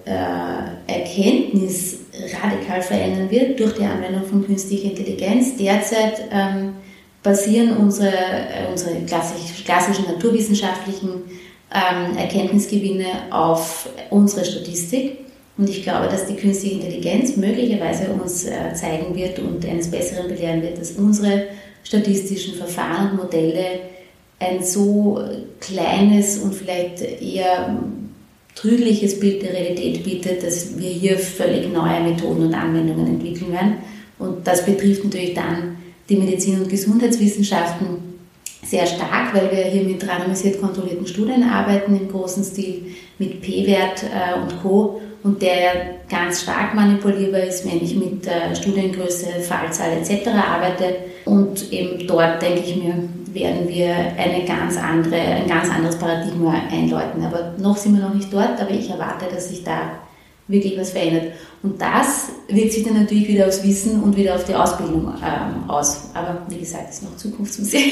Speaker 1: Erkenntnis radikal verändern wird durch die Anwendung von künstlicher Intelligenz. Derzeit basieren unsere klassischen naturwissenschaftlichen Erkenntnisgewinne auf unserer Statistik. Und ich glaube, dass die künstliche Intelligenz möglicherweise uns zeigen wird und eines Besseren belehren wird, dass unsere statistischen Verfahren und Modelle ein so kleines und vielleicht eher trügliches Bild der Realität bietet, dass wir hier völlig neue Methoden und Anwendungen entwickeln werden. Und das betrifft natürlich dann die Medizin- und Gesundheitswissenschaften sehr stark, weil wir hier mit randomisiert kontrollierten Studien arbeiten, im großen Stil mit P-Wert und Co. Und der ganz stark manipulierbar ist, wenn ich mit Studiengröße, Fallzahl etc. arbeite. Und eben dort, denke ich mir, werden wir ein ganz anderes Paradigma einläuten. Aber noch sind wir noch nicht dort, aber ich erwarte, dass sich da wirklich was verändert. Und das wirkt sich dann natürlich wieder aufs Wissen und wieder auf die Ausbildung aus. Aber wie gesagt, das ist noch Zukunftsmusik.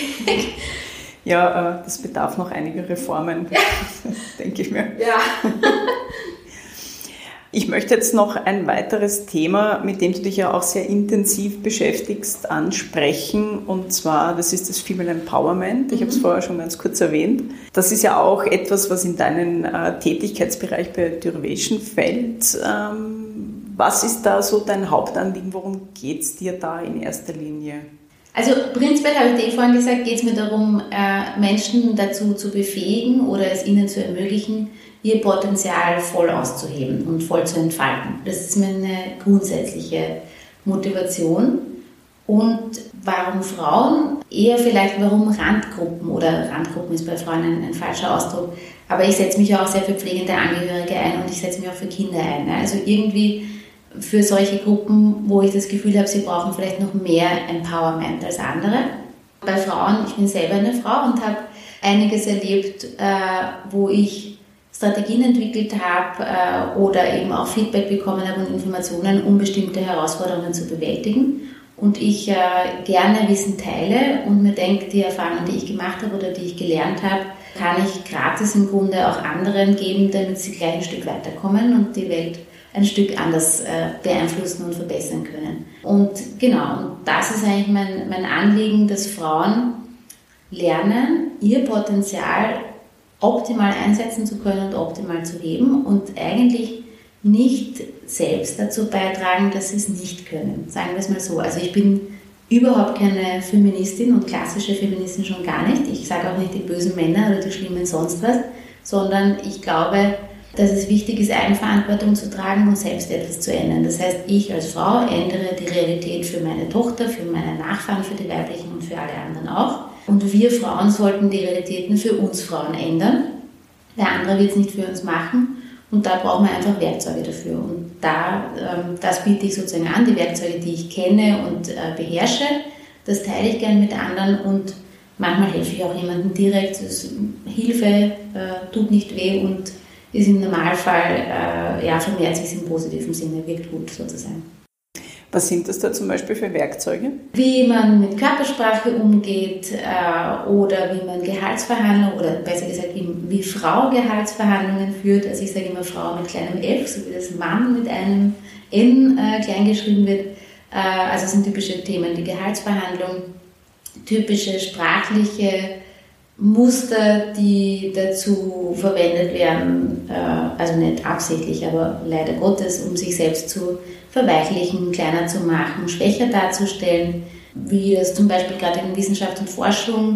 Speaker 3: Ja, das bedarf noch einiger Reformen, denke ich mir.
Speaker 1: Ja.
Speaker 3: Ich möchte jetzt noch ein weiteres Thema, mit dem du dich ja auch sehr intensiv beschäftigst, ansprechen. Und zwar, das ist das Female Empowerment. Ich habe es vorher schon ganz kurz erwähnt. Das ist ja auch etwas, was in deinen Tätigkeitsbereich bei Derivation fällt. Was ist da so dein Hauptanliegen? Worum geht es dir da in erster Linie?
Speaker 1: Also prinzipiell habe ich dir vorhin gesagt, geht es mir darum, Menschen dazu zu befähigen oder es ihnen zu ermöglichen, ihr Potenzial voll auszuheben und voll zu entfalten. Das ist meine grundsätzliche Motivation. Und warum Frauen? Eher vielleicht warum Randgruppen, oder Randgruppen ist bei Frauen ein falscher Ausdruck, aber ich setze mich auch sehr für pflegende Angehörige ein und ich setze mich auch für Kinder ein. Also irgendwie für solche Gruppen, wo ich das Gefühl habe, sie brauchen vielleicht noch mehr Empowerment als andere. Bei Frauen, ich bin selber eine Frau und habe einiges erlebt, wo ich Strategien entwickelt habe oder eben auch Feedback bekommen habe und Informationen, um bestimmte Herausforderungen zu bewältigen. Und ich gerne Wissen teile und mir denke, die Erfahrungen, die ich gemacht habe oder die ich gelernt habe, kann ich gratis im Grunde auch anderen geben, damit sie gleich ein Stück weiterkommen und die Welt ein Stück anders beeinflussen und verbessern können. Und genau, und das ist eigentlich mein Anliegen, dass Frauen lernen, ihr Potenzial optimal einsetzen zu können und optimal zu heben und eigentlich nicht selbst dazu beitragen, dass sie es nicht können. Sagen wir es mal so. Also ich bin überhaupt keine Feministin und klassische Feministin schon gar nicht. Ich sage auch nicht die bösen Männer oder die schlimmen sonst was, sondern ich glaube, dass es wichtig ist, Eigenverantwortung zu tragen und selbst etwas zu ändern. Das heißt, ich als Frau ändere die Realität für meine Tochter, für meine Nachfahren, für die Weiblichen und für alle anderen auch. Und wir Frauen sollten die Realitäten für uns Frauen ändern. Der andere wird es nicht für uns machen. Und da brauchen wir einfach Werkzeuge dafür. Und das biete ich sozusagen an, die Werkzeuge, die ich kenne und beherrsche. Das teile ich gerne mit anderen und manchmal helfe ich auch jemandem direkt. Hilfe tut nicht weh und ist im Normalfall, vermehrt sich im positiven Sinne, wirkt gut sozusagen.
Speaker 3: Was sind das da zum Beispiel für Werkzeuge?
Speaker 1: Wie man mit Körpersprache umgeht oder wie man Gehaltsverhandlungen oder besser gesagt, wie Frau Gehaltsverhandlungen führt. Also ich sage immer Frau mit kleinem F, so wie das Mann mit einem N klein geschrieben wird. Also sind typische Themen die Gehaltsverhandlung, typische sprachliche Muster, die dazu verwendet werden, also nicht absichtlich, aber leider Gottes, um sich selbst zu verweichlichen, kleiner zu machen, schwächer darzustellen, wie das zum Beispiel gerade in Wissenschaft und Forschung,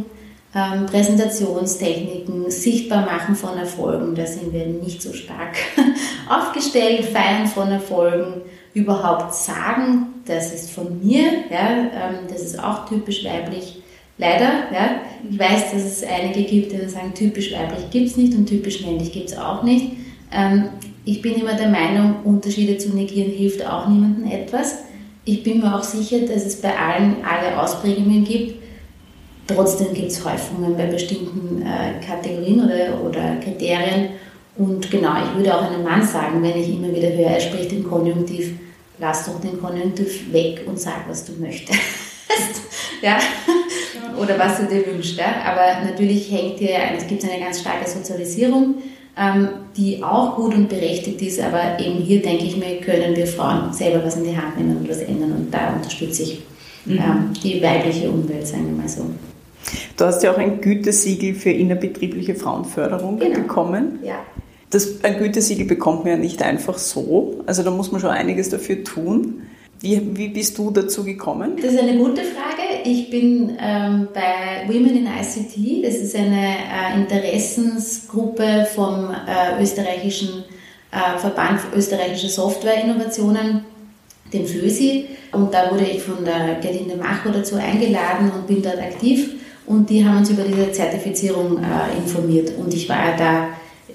Speaker 1: Präsentationstechniken, Sichtbarmachen von Erfolgen, da sind wir nicht so stark aufgestellt, Feiern von Erfolgen, überhaupt sagen, das ist von mir, das ist auch typisch weiblich. Leider, ich weiß, dass es einige gibt, die sagen, typisch weiblich gibt es nicht und typisch männlich gibt es auch nicht. Ich bin immer der Meinung, Unterschiede zu negieren hilft auch niemandem etwas. Ich bin mir auch sicher, dass es bei allen alle Ausprägungen gibt. Trotzdem gibt es Häufungen bei bestimmten Kategorien oder Kriterien. Und genau, ich würde auch einem Mann sagen, wenn ich immer wieder höre, er spricht im Konjunktiv, lass doch den Konjunktiv weg und sag, was du möchtest. Ja? Oder was du dir wünschst. Ja? Aber natürlich es gibt eine ganz starke Sozialisierung, die auch gut und berechtigt ist, aber eben hier denke ich mir, können wir Frauen selber was in die Hand nehmen und was ändern und da unterstütze ich die weibliche Umwelt, sagen wir mal so.
Speaker 3: Du hast ja auch ein Gütesiegel für innerbetriebliche Frauenförderung bekommen.
Speaker 1: Ja.
Speaker 3: Ein Gütesiegel bekommt man ja nicht einfach so, also da muss man schon einiges dafür tun. Wie bist du dazu gekommen?
Speaker 1: Das ist eine gute Frage. Ich bin bei Women in ICT, das ist eine Interessensgruppe vom österreichischen Verband für österreichische Softwareinnovationen, dem FÖSI. Und da wurde ich von der Gerlinde Macho dazu eingeladen und bin dort aktiv. Und die haben uns über diese Zertifizierung informiert. Und ich war da,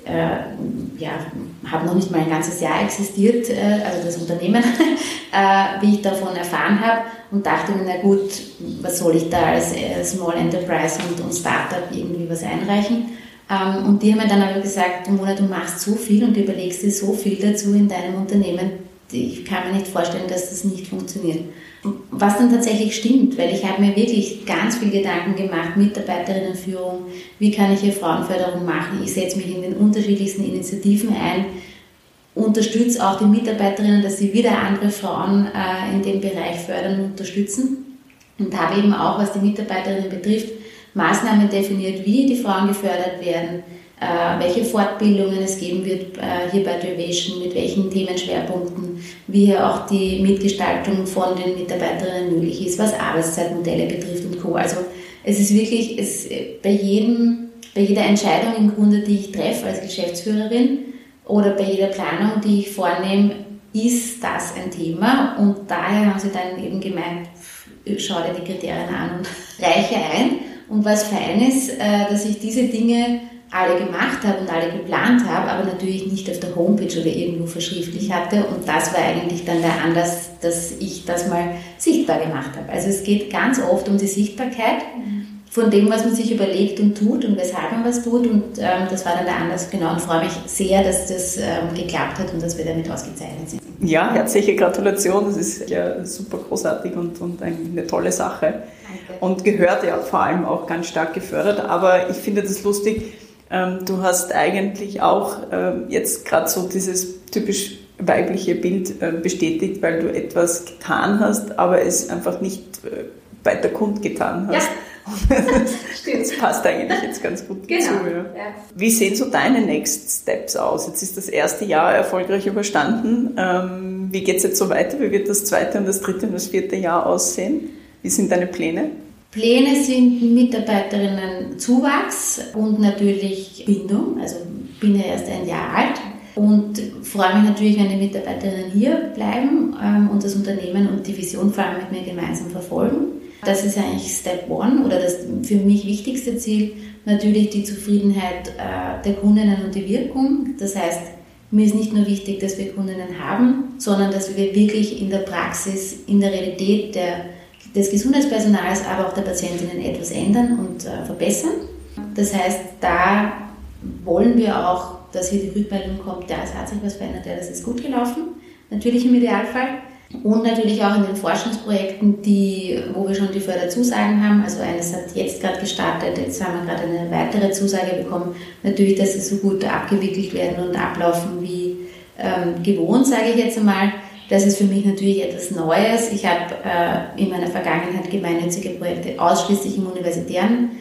Speaker 1: habe noch nicht mal ein ganzes Jahr existiert, also das Unternehmen, wie ich davon erfahren habe und dachte mir, na gut, was soll ich da als Small Enterprise und Startup irgendwie was einreichen? Und die haben mir dann aber gesagt, Mona, du machst so viel und du überlegst dir so viel dazu in deinem Unternehmen, ich kann mir nicht vorstellen, dass das nicht funktioniert. Was dann tatsächlich stimmt, weil ich habe mir wirklich ganz viel Gedanken gemacht, Mitarbeiterinnenführung, wie kann ich hier Frauenförderung machen, ich setze mich in den unterschiedlichsten Initiativen ein, unterstütze auch die Mitarbeiterinnen, dass sie wieder andere Frauen in dem Bereich fördern und unterstützen und habe eben auch, was die Mitarbeiterinnen betrifft, Maßnahmen definiert, wie die Frauen gefördert werden, welche Fortbildungen es geben wird hier bei Duration, mit welchen Themenschwerpunkten, wie auch die Mitgestaltung von den Mitarbeiterinnen möglich ist, was Arbeitszeitmodelle betrifft und Co. Also es ist wirklich bei jeder Entscheidung im Grunde, die ich treffe als Geschäftsführerin oder bei jeder Planung, die ich vornehme, ist das ein Thema. Und daher haben sie dann eben gemeint, schau dir die Kriterien an und reiche ein. Und was fein ist, dass ich diese Dinge alle gemacht habe und alle geplant habe, aber natürlich nicht auf der Homepage oder irgendwo verschriftlich hatte. Und das war eigentlich dann der Anlass, dass ich das mal sichtbar gemacht habe. Also es geht ganz oft um die Sichtbarkeit von dem, was man sich überlegt und tut und weshalb man was tut. Und das war dann der Anlass, genau. Und freue mich sehr, dass das geklappt hat und dass wir damit ausgezeichnet sind.
Speaker 3: Ja, herzliche Gratulation. Das ist ja super großartig und eine tolle Sache. Danke. Und gehört ja vor allem auch ganz stark gefördert. Aber ich finde das lustig. Du hast eigentlich auch jetzt gerade so dieses typisch weibliche Bild bestätigt, weil du etwas getan hast, aber es einfach nicht weiter kundgetan hast. Ja. Stimmt. Das passt eigentlich jetzt ganz gut dazu. Ja. Ja. Wie sehen so deine Next Steps aus? Jetzt ist das erste Jahr erfolgreich überstanden. Wie geht es jetzt so weiter? Wie wird das zweite und das dritte und das vierte Jahr aussehen? Wie sind deine Pläne?
Speaker 1: Pläne sind Mitarbeiterinnen-Zuwachs und natürlich Bindung. Also bin ja erst ein Jahr alt und freue mich natürlich, wenn die Mitarbeiterinnen hier bleiben und das Unternehmen und die Vision vor allem mit mir gemeinsam verfolgen. Das ist eigentlich Step One oder das für mich wichtigste Ziel. Natürlich die Zufriedenheit der Kundinnen und die Wirkung. Das heißt, mir ist nicht nur wichtig, dass wir Kundinnen haben, sondern dass wir wirklich in der Praxis, in der Realität des Gesundheitspersonals, aber auch der Patientinnen etwas ändern und verbessern. Das heißt, da wollen wir auch, dass hier die Rückmeldung kommt, ja, es hat sich was verändert, ja, das ist gut gelaufen, natürlich im Idealfall. Und natürlich auch in den Forschungsprojekten, wo wir schon die Förderzusagen haben. Also eines hat jetzt gerade gestartet, jetzt haben wir gerade eine weitere Zusage bekommen. Natürlich, dass sie so gut abgewickelt werden und ablaufen wie gewohnt, sage ich jetzt einmal. Das ist für mich natürlich etwas Neues. Ich habe in meiner Vergangenheit gemeinnützige Projekte ausschließlich im universitären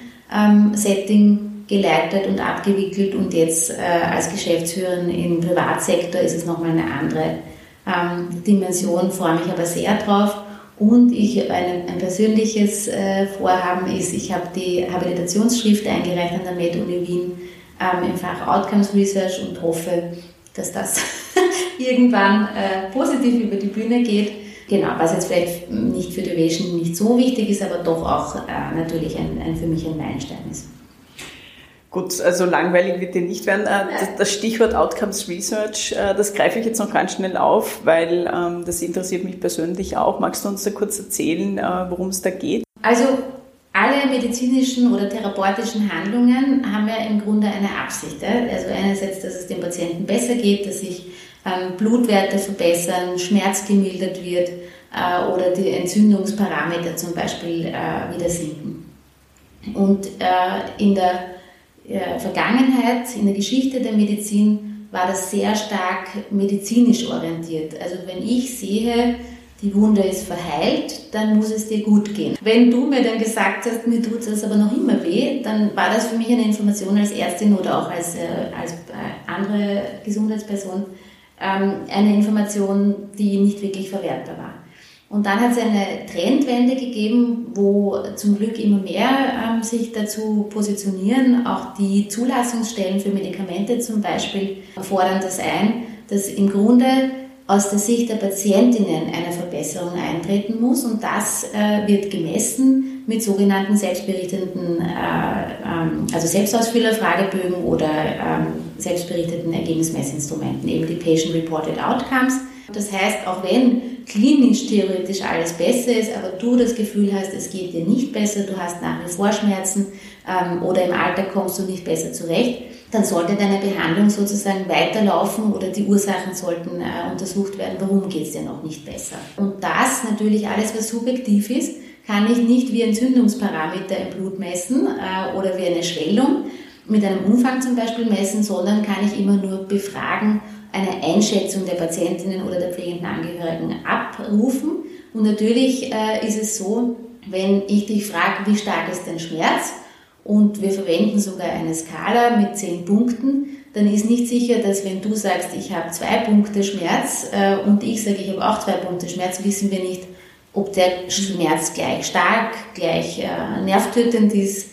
Speaker 1: Setting geleitet und abgewickelt und jetzt als Geschäftsführerin im Privatsektor ist es nochmal eine andere Dimension, freue mich aber sehr drauf. Und ein persönliches Vorhaben ist, ich habe die Habilitationsschrift eingereicht an der Med-Uni Wien im Fach Outcomes Research und hoffe, dass das irgendwann positiv über die Bühne geht. Genau, was jetzt vielleicht nicht für Duration nicht so wichtig ist, aber doch auch natürlich für mich ein Meilenstein ist.
Speaker 3: Gut, also langweilig wird dir nicht werden. Das Stichwort Outcomes Research, das greife ich jetzt noch ganz schnell auf, weil das interessiert mich persönlich auch. Magst du uns da kurz erzählen, worum es da geht?
Speaker 1: Also alle medizinischen oder therapeutischen Handlungen haben ja im Grunde eine Absicht. Also einerseits, dass es dem Patienten besser geht, dass sich Blutwerte verbessern, Schmerz gemildert wird oder die Entzündungsparameter zum Beispiel wieder sinken. Und in der Vergangenheit, in der Geschichte der Medizin war das sehr stark medizinisch orientiert. Also wenn ich sehe, die Wunde ist verheilt, dann muss es dir gut gehen. Wenn du mir dann gesagt hast, mir tut es aber noch immer weh, dann war das für mich eine Information als Ärztin oder auch als andere Gesundheitsperson, eine Information, die nicht wirklich verwertbar war. Und dann hat es eine Trendwende gegeben, wo zum Glück immer mehr sich dazu positionieren. Auch die Zulassungsstellen für Medikamente zum Beispiel fordern das ein, dass im Grunde aus der Sicht der Patientinnen eine Verbesserung eintreten muss. Und das wird gemessen mit sogenannten selbstberichtenden, also Selbstausfüllerfragebögen oder selbstberichteten Ergebnismessinstrumenten, eben die Patient-Reported Outcomes. Das heißt, auch wenn klinisch theoretisch alles besser ist, aber du das Gefühl hast, es geht dir nicht besser, du hast nach wie vor Schmerzen oder im Alter kommst du nicht besser zurecht, dann sollte deine Behandlung sozusagen weiterlaufen oder die Ursachen sollten untersucht werden, warum geht es dir noch nicht besser. Und das natürlich alles, was subjektiv ist, kann ich nicht wie Entzündungsparameter im Blut messen oder wie eine Schwellung mit einem Umfang zum Beispiel messen, sondern kann ich immer nur befragen, eine Einschätzung der Patientinnen oder der pflegenden Angehörigen abrufen. Und natürlich ist es so, wenn ich dich frage, wie stark ist dein Schmerz und wir verwenden sogar eine Skala mit 10 Punkten, dann ist nicht sicher, dass wenn du sagst, ich habe 2 Punkte Schmerz und ich sage, ich habe auch 2 Punkte Schmerz, wissen wir nicht, ob der Schmerz gleich stark, gleich nervtötend ist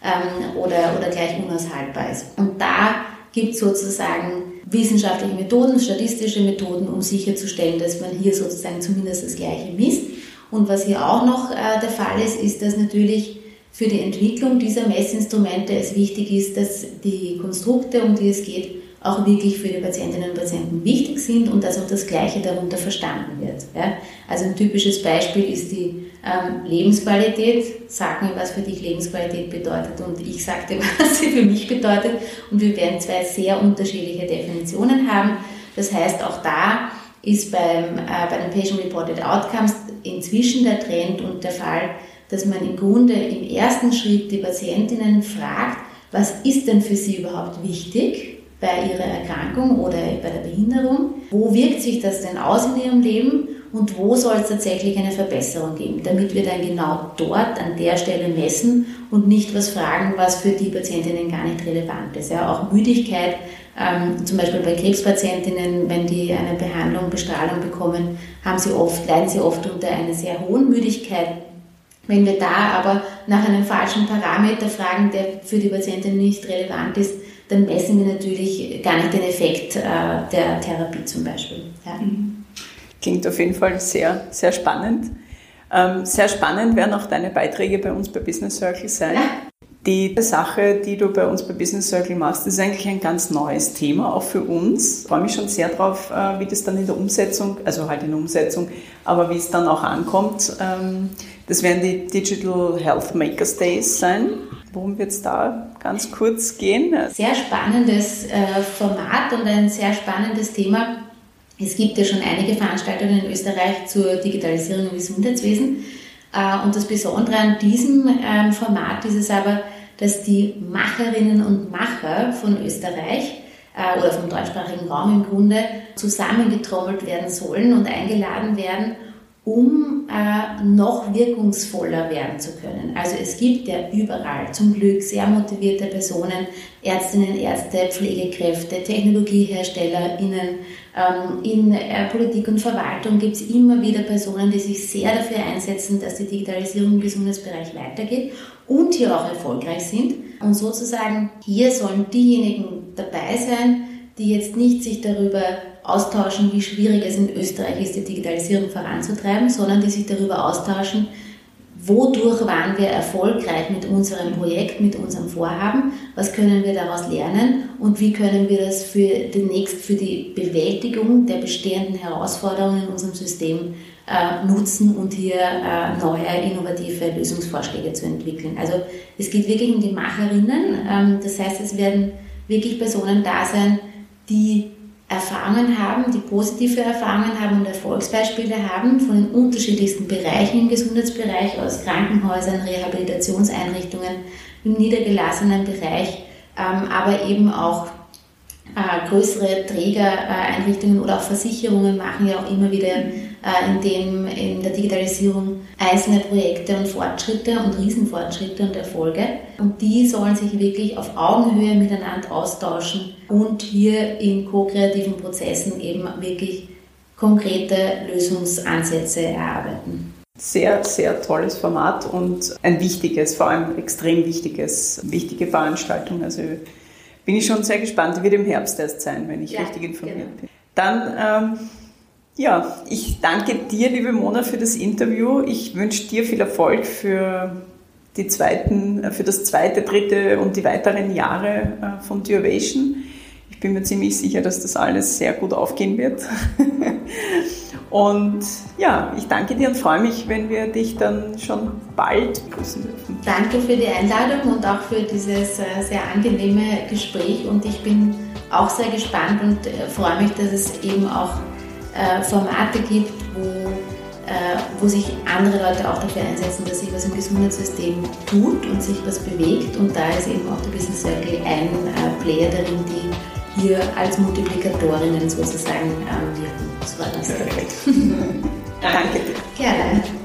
Speaker 1: oder gleich unaushaltbar ist. Und da gibt es sozusagen wissenschaftliche Methoden, statistische Methoden, um sicherzustellen, dass man hier sozusagen zumindest das Gleiche misst. Und was hier auch noch der Fall ist, dass natürlich für die Entwicklung dieser Messinstrumente es wichtig ist, dass die Konstrukte, um die es geht, auch wirklich für die Patientinnen und Patienten wichtig sind und dass auch das Gleiche darunter verstanden wird. Ja? Also ein typisches Beispiel ist die Lebensqualität. Sag mir, was für dich Lebensqualität bedeutet und ich sag dir, was sie für mich bedeutet. Und wir werden 2 sehr unterschiedliche Definitionen haben. Das heißt, auch da ist bei den Patient-Reported Outcomes inzwischen der Trend und der Fall, dass man im Grunde im ersten Schritt die Patientinnen fragt, was ist denn für sie überhaupt wichtig bei ihrer Erkrankung oder bei der Behinderung? Wo wirkt sich das denn aus in ihrem Leben und wo soll es tatsächlich eine Verbesserung geben, damit wir dann genau dort an der Stelle messen und nicht was fragen, was für die Patientinnen gar nicht relevant ist. Ja, auch Müdigkeit, zum Beispiel bei Krebspatientinnen, wenn die eine Behandlung, Bestrahlung bekommen, leiden sie oft unter einer sehr hohen Müdigkeit. Wenn wir da aber nach einem falschen Parameter fragen, der für die Patientin nicht relevant ist, dann messen wir natürlich gar nicht den Effekt der Therapie zum Beispiel. Ja.
Speaker 3: Klingt auf jeden Fall sehr, sehr spannend. Sehr spannend werden auch deine Beiträge bei uns bei Business Circle sein. Ja. Die Sache, die du bei uns bei Business Circle machst, ist eigentlich ein ganz neues Thema, auch für uns. Ich freue mich schon sehr drauf, wie das dann in der Umsetzung, also halt in der Umsetzung, aber wie es dann auch ankommt. Das werden die Digital Health Makers Days sein. Worum wird es da ganz kurz gehen?
Speaker 1: Sehr spannendes Format und ein sehr spannendes Thema. Es gibt ja schon einige Veranstaltungen in Österreich zur Digitalisierung im Gesundheitswesen. Und das Besondere an diesem Format ist es aber, dass die Macherinnen und Macher von Österreich oder vom deutschsprachigen Raum im Grunde zusammengetrommelt werden sollen und eingeladen werden, um noch wirkungsvoller werden zu können. Also es gibt ja überall zum Glück sehr motivierte Personen, Ärztinnen, Ärzte, Pflegekräfte, TechnologieherstellerInnen. In Politik und Verwaltung gibt es immer wieder Personen, die sich sehr dafür einsetzen, dass die Digitalisierung im Gesundheitsbereich weitergeht und hier auch erfolgreich sind. Und sozusagen hier sollen diejenigen dabei sein, die jetzt nicht sich darüber austauschen, wie schwierig es in Österreich ist, die Digitalisierung voranzutreiben, sondern die sich darüber austauschen, wodurch waren wir erfolgreich mit unserem Projekt, mit unserem Vorhaben, was können wir daraus lernen und wie können wir das für die Bewältigung der bestehenden Herausforderungen in unserem System nutzen und hier neue, innovative Lösungsvorschläge zu entwickeln. Also es geht wirklich um die Macherinnen, das heißt, es werden wirklich Personen da sein, die Erfahrungen haben, die positive Erfahrungen haben und Erfolgsbeispiele haben von den unterschiedlichsten Bereichen im Gesundheitsbereich, aus Krankenhäusern, Rehabilitationseinrichtungen, im niedergelassenen Bereich, aber eben auch größere Trägereinrichtungen oder auch Versicherungen machen ja auch immer wieder in der Digitalisierung einzelne Projekte und Fortschritte und Riesenfortschritte und Erfolge. Und die sollen sich wirklich auf Augenhöhe miteinander austauschen und hier in ko-kreativen Prozessen eben wirklich konkrete Lösungsansätze erarbeiten.
Speaker 3: Sehr, sehr tolles Format und ein wichtiges, vor allem extrem wichtige Veranstaltung. Also bin ich schon sehr gespannt. Die wird im Herbst erst sein, wenn ich richtig informiert bin. Dann, ich danke dir, liebe Mona, für das Interview. Ich wünsche dir viel Erfolg für das zweite, dritte und die weiteren Jahre von Duovation. Ich bin mir ziemlich sicher, dass das alles sehr gut aufgehen wird. Und ja, ich danke dir und freue mich, wenn wir dich dann schon bald begrüßen dürfen.
Speaker 1: Danke für die Einladung und auch für dieses sehr angenehme Gespräch. Und ich bin auch sehr gespannt und freue mich, dass es eben auch Formate gibt, wo sich andere Leute auch dafür einsetzen, dass sich was im Gesundheitssystem tut und sich was bewegt. Und da ist eben auch der Business Circle ein Player darin, die hier als Multiplikatorinnen sozusagen wirken. Das war das.
Speaker 3: Perfekt. Danke dir.
Speaker 1: Gerne.